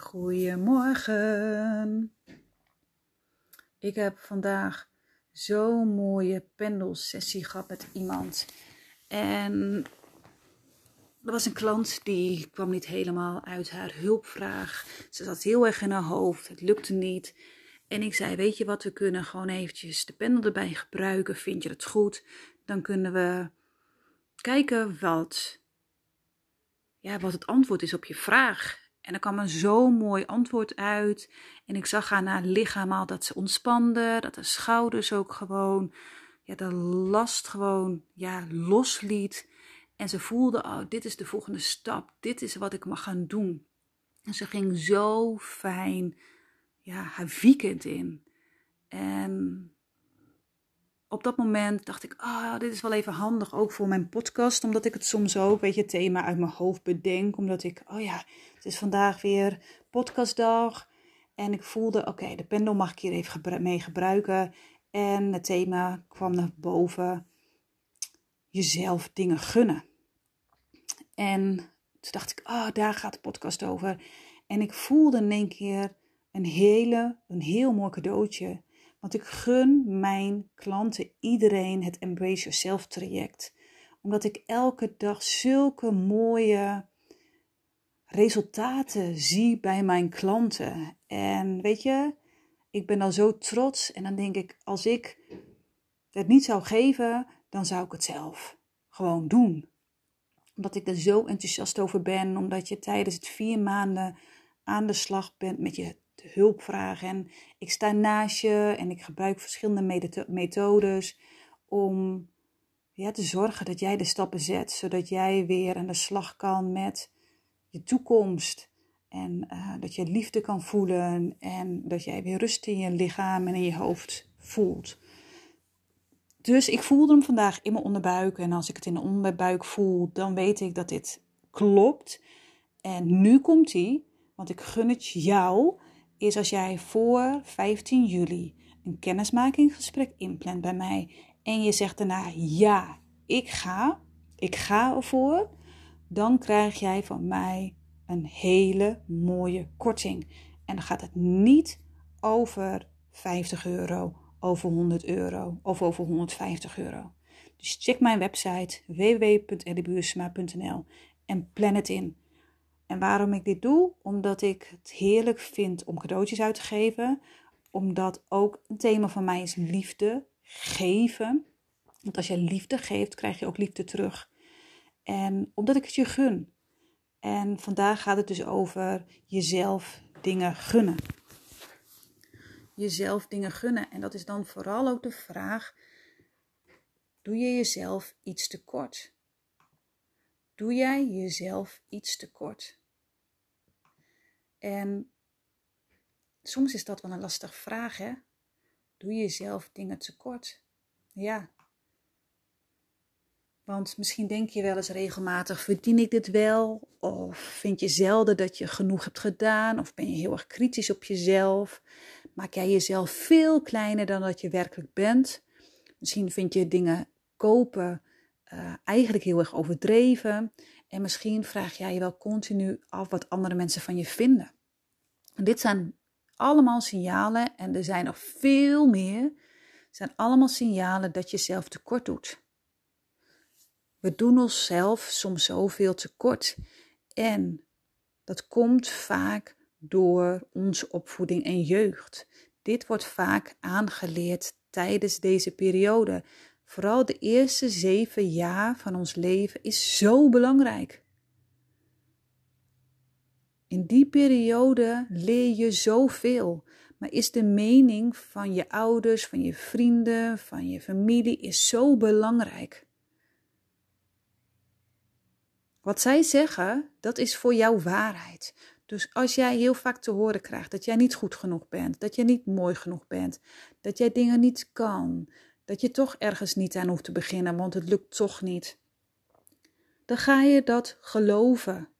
Goedemorgen. Ik heb vandaag zo'n mooie pendelsessie gehad met iemand. En er was een klant die kwam niet helemaal uit haar hulpvraag. Ze zat heel erg in haar hoofd, het lukte niet. En ik zei, weet je wat, we kunnen gewoon eventjes de pendel erbij gebruiken. Vind je het goed? Dan kunnen we kijken wat het antwoord is op je vraag. En er kwam een zo mooi antwoord uit. En ik zag aan haar lichaam al dat ze ontspande. Dat de schouders ook gewoon, de last gewoon, losliet. En ze voelde, oh, dit is de volgende stap. Dit is wat ik mag gaan doen. En ze ging zo fijn, haar weekend in. En op dat moment dacht ik, dit is wel even handig, ook voor mijn podcast. Omdat ik het soms ook, het thema uit mijn hoofd bedenk. Omdat ik, het is vandaag weer podcastdag. En ik voelde, de pendel mag ik hier even mee gebruiken. En het thema kwam naar boven. Jezelf dingen gunnen. En toen dacht ik, daar gaat de podcast over. En ik voelde in één keer een heel mooi cadeautje. Want ik gun mijn klanten, iedereen, het Embrace Yourself traject. Omdat ik elke dag zulke mooie resultaten zie bij mijn klanten. En ik ben dan zo trots. En dan denk ik, als ik het niet zou geven, dan zou ik het zelf gewoon doen. Omdat ik er zo enthousiast over ben. Omdat je tijdens het 4 maanden aan de slag bent met je hulpvragen. En ik sta naast je en ik gebruik verschillende methodes om te zorgen dat jij de stappen zet. Zodat jij weer aan de slag kan met je toekomst. En dat je liefde kan voelen. En dat jij weer rust in je lichaam en in je hoofd voelt. Dus ik voelde hem vandaag in mijn onderbuik. En als ik het in de onderbuik voel, dan weet ik dat dit klopt. En nu komt hij, want ik gun het jou, is als jij voor 15 juli een kennismakingsgesprek inplant bij mij. En je zegt daarna, ja, ik ga ervoor. Dan krijg jij van mij een hele mooie korting. En dan gaat het niet over €50, over €100 of over €150. Dus check mijn website www.ellybuursma.nl en plan het in. En waarom ik dit doe? Omdat ik het heerlijk vind om cadeautjes uit te geven. Omdat ook een thema van mij is liefde geven. Want als je liefde geeft, krijg je ook liefde terug. En omdat ik het je gun. En vandaag gaat het dus over jezelf dingen gunnen. Jezelf dingen gunnen. En dat is dan vooral ook de vraag, doe je jezelf iets tekort? Doe jij jezelf iets tekort? En soms is dat wel een lastige vraag, hè? Doe je jezelf dingen tekort? Ja. Want misschien denk je wel eens regelmatig, verdien ik dit wel? Of vind je zelden dat je genoeg hebt gedaan? Of ben je heel erg kritisch op jezelf? Maak jij jezelf veel kleiner dan dat je werkelijk bent? Misschien vind je dingen kopen eigenlijk heel erg overdreven. En misschien vraag jij je wel continu af wat andere mensen van je vinden. En dit zijn allemaal signalen, en er zijn nog veel meer. Het zijn allemaal signalen dat je zelf tekort doet. We doen onszelf soms zoveel tekort. En dat komt vaak door onze opvoeding en jeugd. Dit wordt vaak aangeleerd tijdens deze periode. Vooral de eerste 7 jaar van ons leven is zo belangrijk. In die periode leer je zoveel. Maar is de mening van je ouders, van je vrienden, van je familie is zo belangrijk. Wat zij zeggen, dat is voor jou waarheid. Dus als jij heel vaak te horen krijgt dat jij niet goed genoeg bent, dat je niet mooi genoeg bent, dat jij dingen niet kan, dat je toch ergens niet aan hoeft te beginnen, want het lukt toch niet, dan ga je dat geloven.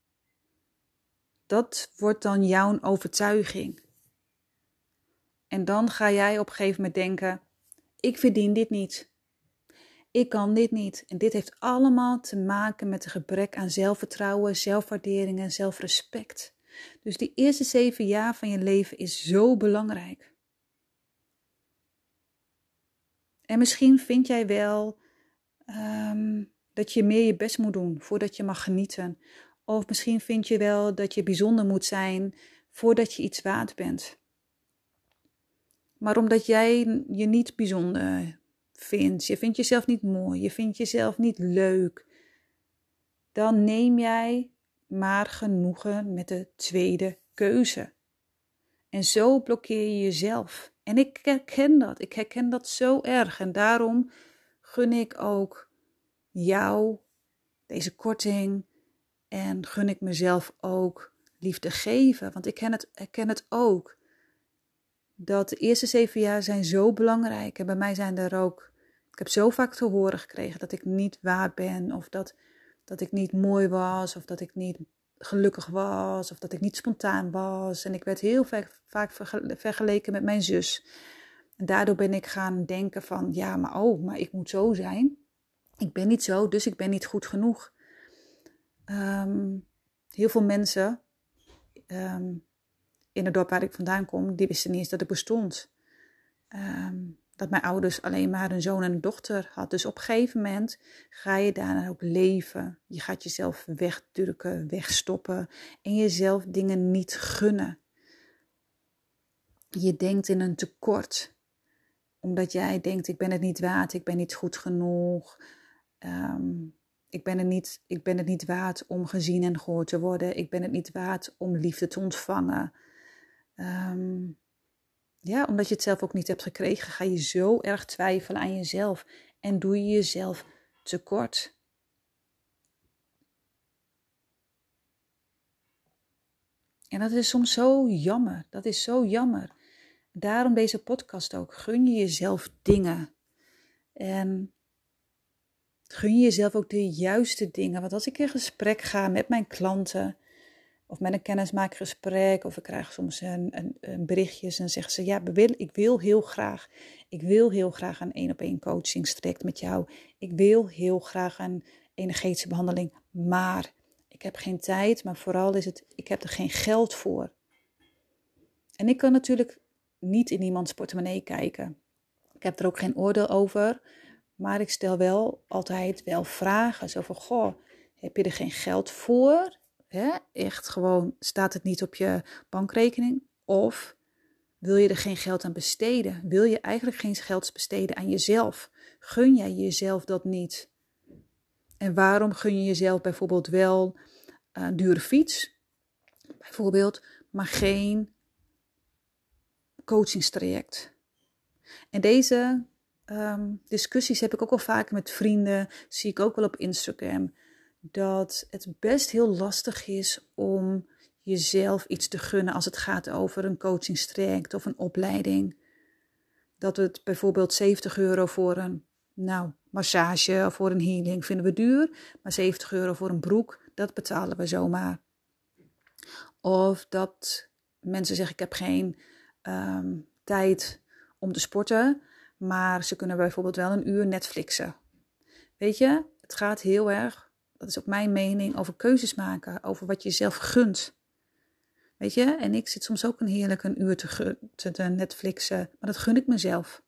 Dat wordt dan jouw overtuiging. En dan ga jij op een gegeven moment denken, ik verdien dit niet. Ik kan dit niet. En dit heeft allemaal te maken met een gebrek aan zelfvertrouwen, zelfwaardering en zelfrespect. Dus die eerste 7 jaar van je leven is zo belangrijk. En misschien vind jij wel dat je meer je best moet doen voordat je mag genieten. Of misschien vind je wel dat je bijzonder moet zijn voordat je iets waard bent. Maar omdat jij je niet bijzonder vindt, je vindt jezelf niet mooi, je vindt jezelf niet leuk, dan neem jij maar genoegen met de tweede keuze. En zo blokkeer je jezelf. En ik herken dat zo erg. En daarom gun ik ook jou deze korting en gun ik mezelf ook liefde geven. Want ik herken het ook. Dat de eerste 7 jaar zijn zo belangrijk. En bij mij zijn er ook, ik heb zo vaak te horen gekregen dat ik niet waard ben. Of dat ik niet mooi was. Of dat ik niet gelukkig was. Of dat ik niet spontaan was. En ik werd heel vaak vergeleken met mijn zus. En daardoor ben ik gaan denken van, ja, maar ik moet zo zijn. Ik ben niet zo, dus ik ben niet goed genoeg. Heel veel mensen in het dorp waar ik vandaan kom, die wisten niet eens dat ik bestond. Dat mijn ouders alleen maar een zoon en een dochter had. Dus op een gegeven moment ga je daarna ook leven. Je gaat jezelf wegdrukken, wegstoppen en jezelf dingen niet gunnen. Je denkt in een tekort. Omdat jij denkt, ik ben het niet waard, ik ben niet goed genoeg. Ik ben het niet waard om gezien en gehoord te worden. Ik ben het niet waard om liefde te ontvangen. Omdat je het zelf ook niet hebt gekregen, ga je zo erg twijfelen aan jezelf. En doe je jezelf tekort. En dat is soms zo jammer. Dat is zo jammer. Daarom deze podcast ook. Gun je jezelf dingen. En gun je jezelf ook de juiste dingen. Want als ik in gesprek ga met mijn klanten, of met een kennismaakgesprek, of ik krijg soms een berichtjes en zeggen ze, ja, ik wil heel graag een 1-op-1 coachingstraject met jou. Ik wil heel graag een energetische behandeling, maar ik heb geen tijd, maar vooral is het, ik heb er geen geld voor. En ik kan natuurlijk niet in iemands portemonnee kijken. Ik heb er ook geen oordeel over, maar ik stel wel altijd wel vragen. Zo van, goh, heb je er geen geld voor? Echt gewoon, staat het niet op je bankrekening? Of wil je er geen geld aan besteden? Wil je eigenlijk geen geld besteden aan jezelf? Gun jij jezelf dat niet? En waarom gun je jezelf bijvoorbeeld wel een dure fiets? Bijvoorbeeld, maar geen coachingstraject. En deze discussies heb ik ook al vaak met vrienden, zie ik ook wel op Instagram, dat het best heel lastig is om jezelf iets te gunnen als het gaat over een coachingstraject of een opleiding. Dat we het bijvoorbeeld €70 voor een massage of voor een healing vinden we duur, maar €70 voor een broek, dat betalen we zomaar. Of dat mensen zeggen, ik heb geen tijd om te sporten, maar ze kunnen bijvoorbeeld wel 1 uur Netflixen. Weet je, het gaat heel erg, dat is ook mijn mening, over keuzes maken, over wat je jezelf gunt. Weet je, en ik zit soms ook een uur te Netflixen, maar dat gun ik mezelf.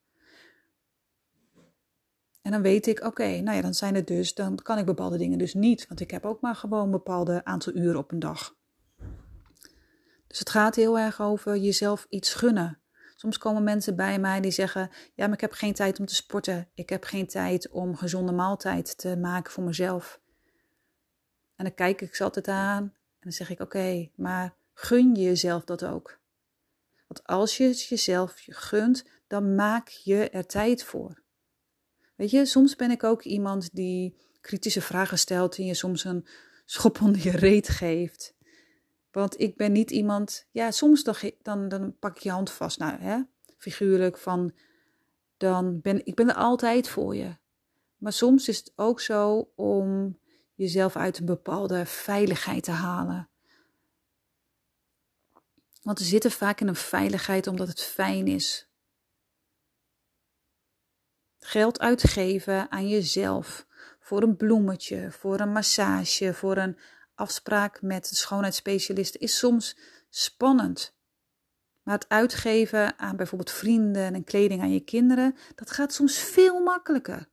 En dan weet ik, dan zijn het dus, dan kan ik bepaalde dingen dus niet, want ik heb ook maar gewoon een bepaalde aantal uren op een dag. Dus het gaat heel erg over jezelf iets gunnen. Soms komen mensen bij mij die zeggen, ja, maar ik heb geen tijd om te sporten. Ik heb geen tijd om gezonde maaltijd te maken voor mezelf. En dan kijk ik ze altijd aan en dan zeg ik, oké, maar gun je jezelf dat ook? Want als je het jezelf gunt, dan maak je er tijd voor. Weet je, soms ben ik ook iemand die kritische vragen stelt en je soms een schop onder je reet geeft. Want ik ben niet iemand, ja, soms dan pak ik je hand vast, figuurlijk van, ik ben er altijd voor je. Maar soms is het ook zo om jezelf uit een bepaalde veiligheid te halen. Want we zitten vaak in een veiligheid omdat het fijn is. Geld uitgeven aan jezelf, voor een bloemetje, voor een massage, voor een afspraak met de schoonheidsspecialist is soms spannend. Maar het uitgeven aan bijvoorbeeld vrienden en kleding aan je kinderen, dat gaat soms veel makkelijker.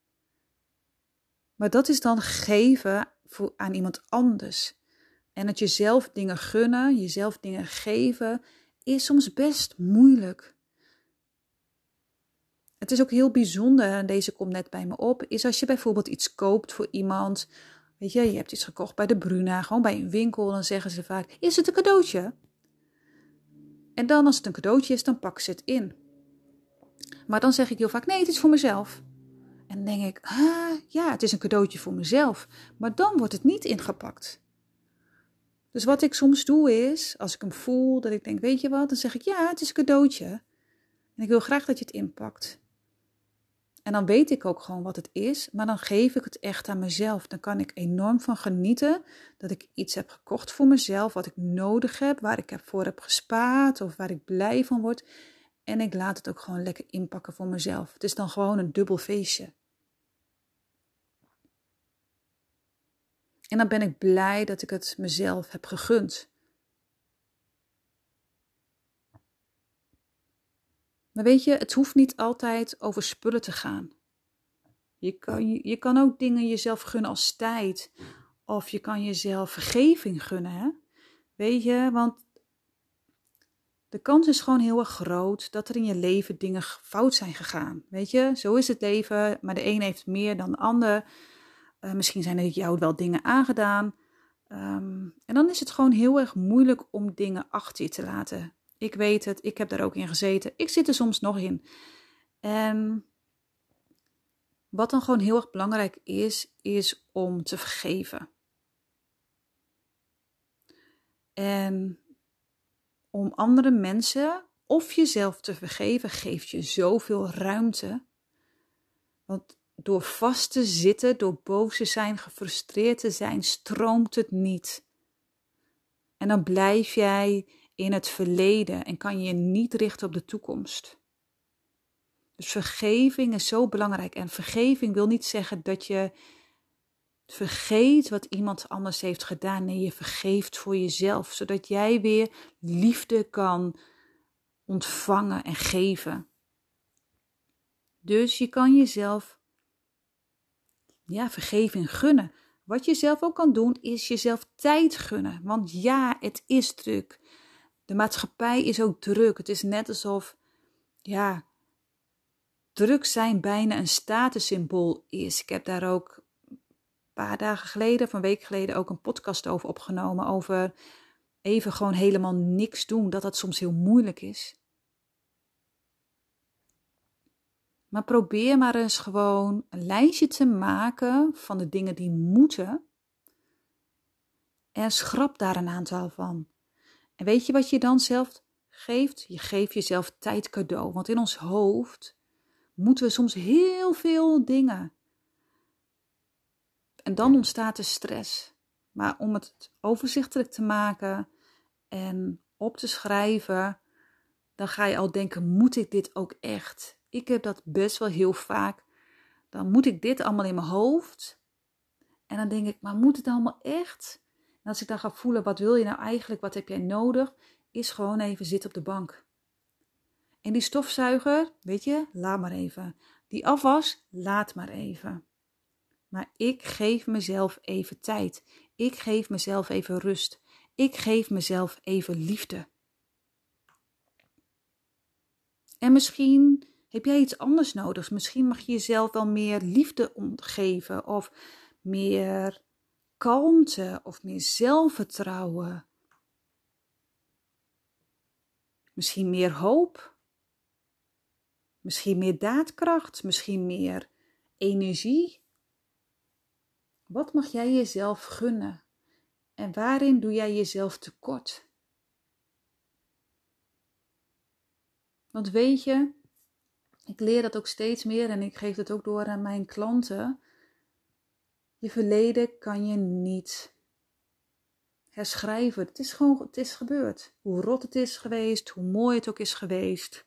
Maar dat is dan geven aan iemand anders. En het jezelf dingen gunnen, jezelf dingen geven, is soms best moeilijk. Het is ook heel bijzonder, en deze komt net bij me op, is als je bijvoorbeeld iets koopt voor iemand. Weet je hebt iets gekocht bij de Bruna, gewoon bij een winkel, dan zeggen ze vaak, is het een cadeautje? En dan als het een cadeautje is, dan pakken ze het in. Maar dan zeg ik heel vaak, nee, het is voor mezelf. En dan denk ik, ja, het is een cadeautje voor mezelf. Maar dan wordt het niet ingepakt. Dus wat ik soms doe is, als ik hem voel, dat ik denk, weet je wat? Dan zeg ik, ja, het is een cadeautje. En ik wil graag dat je het inpakt. En dan weet ik ook gewoon wat het is, maar dan geef ik het echt aan mezelf. Dan kan ik enorm van genieten dat ik iets heb gekocht voor mezelf, wat ik nodig heb, waar ik voor heb gespaard of waar ik blij van word. En ik laat het ook gewoon lekker inpakken voor mezelf. Het is dan gewoon een dubbel feestje. En dan ben ik blij dat ik het mezelf heb gegund. Maar weet je, het hoeft niet altijd over spullen te gaan. Je kan ook dingen jezelf gunnen als tijd. Of je kan jezelf vergeving gunnen. Hè? Weet je, want de kans is gewoon heel erg groot dat er in je leven dingen fout zijn gegaan. Weet je, zo is het leven. Maar de een heeft meer dan de ander. Misschien zijn er jou wel dingen aangedaan. En dan is het gewoon heel erg moeilijk om dingen achter je te laten. Ik weet het, ik heb daar ook in gezeten. Ik zit er soms nog in. En wat dan gewoon heel erg belangrijk is om te vergeven. En om andere mensen of jezelf te vergeven, geeft je zoveel ruimte. Want door vast te zitten, door boos te zijn, gefrustreerd te zijn, stroomt het niet. En dan blijf jij in het verleden en kan je niet richten op de toekomst. Dus vergeving is zo belangrijk. En vergeving wil niet zeggen dat je vergeet wat iemand anders heeft gedaan. Nee, je vergeeft voor jezelf, zodat jij weer liefde kan ontvangen en geven. Dus je kan jezelf vergeving gunnen. Wat je zelf ook kan doen, is jezelf tijd gunnen. Want ja, het is druk. De maatschappij is ook druk. Het is net alsof, druk zijn bijna een statussymbool is. Ik heb daar ook een paar dagen geleden, of een week geleden, ook een podcast over opgenomen. Over even gewoon helemaal niks doen. Dat soms heel moeilijk is. Maar probeer maar eens gewoon een lijstje te maken van de dingen die moeten. En schrap daar een aantal van. En weet je wat je dan zelf geeft? Je geeft jezelf tijd cadeau. Want in ons hoofd moeten we soms heel veel dingen. En dan ontstaat er stress. Maar om het overzichtelijk te maken en op te schrijven, dan ga je al denken, moet ik dit ook echt? Ik heb dat best wel heel vaak. Dan moet ik dit allemaal in mijn hoofd. En dan denk ik, maar moet het allemaal echt? En als ik dan ga voelen, wat wil je nou eigenlijk? Wat heb jij nodig? Is gewoon even zitten op de bank. En die stofzuiger, weet je, laat maar even. Die afwas, laat maar even. Maar ik geef mezelf even tijd. Ik geef mezelf even rust. Ik geef mezelf even liefde. En misschien heb jij iets anders nodig. Misschien mag je jezelf wel meer liefde geven. Of meer kalmte. Of meer zelfvertrouwen. Misschien meer hoop. Misschien meer daadkracht. Misschien meer energie. Wat mag jij jezelf gunnen? En waarin doe jij jezelf tekort? Want weet je, ik leer dat ook steeds meer en ik geef het ook door aan mijn klanten. Je verleden kan je niet herschrijven. Het is gebeurd. Hoe rot het is geweest, hoe mooi het ook is geweest.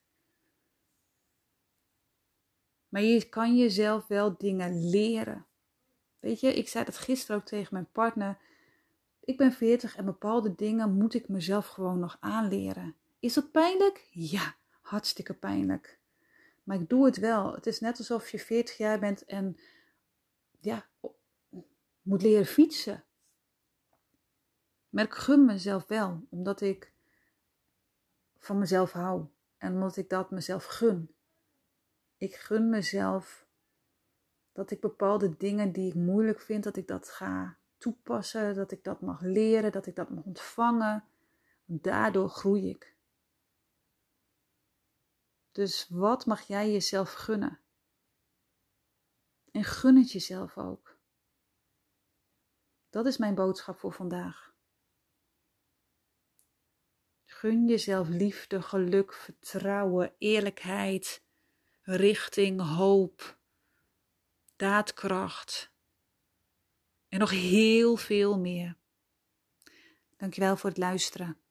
Maar je kan jezelf wel dingen leren. Weet je, ik zei dat gisteren ook tegen mijn partner. Ik ben 40 en bepaalde dingen moet ik mezelf gewoon nog aanleren. Is dat pijnlijk? Ja, hartstikke pijnlijk. Maar ik doe het wel. Het is net alsof je 40 jaar bent en ja, moet leren fietsen. Maar ik gun mezelf wel, omdat ik van mezelf hou. En omdat ik dat mezelf gun. Ik gun mezelf dat ik bepaalde dingen die ik moeilijk vind, dat ik dat ga toepassen. Dat ik dat mag leren, dat ik dat mag ontvangen. Daardoor groei ik. Dus wat mag jij jezelf gunnen? En gun het jezelf ook. Dat is mijn boodschap voor vandaag. Gun jezelf liefde, geluk, vertrouwen, eerlijkheid, richting, hoop, daadkracht en nog heel veel meer. Dankjewel voor het luisteren.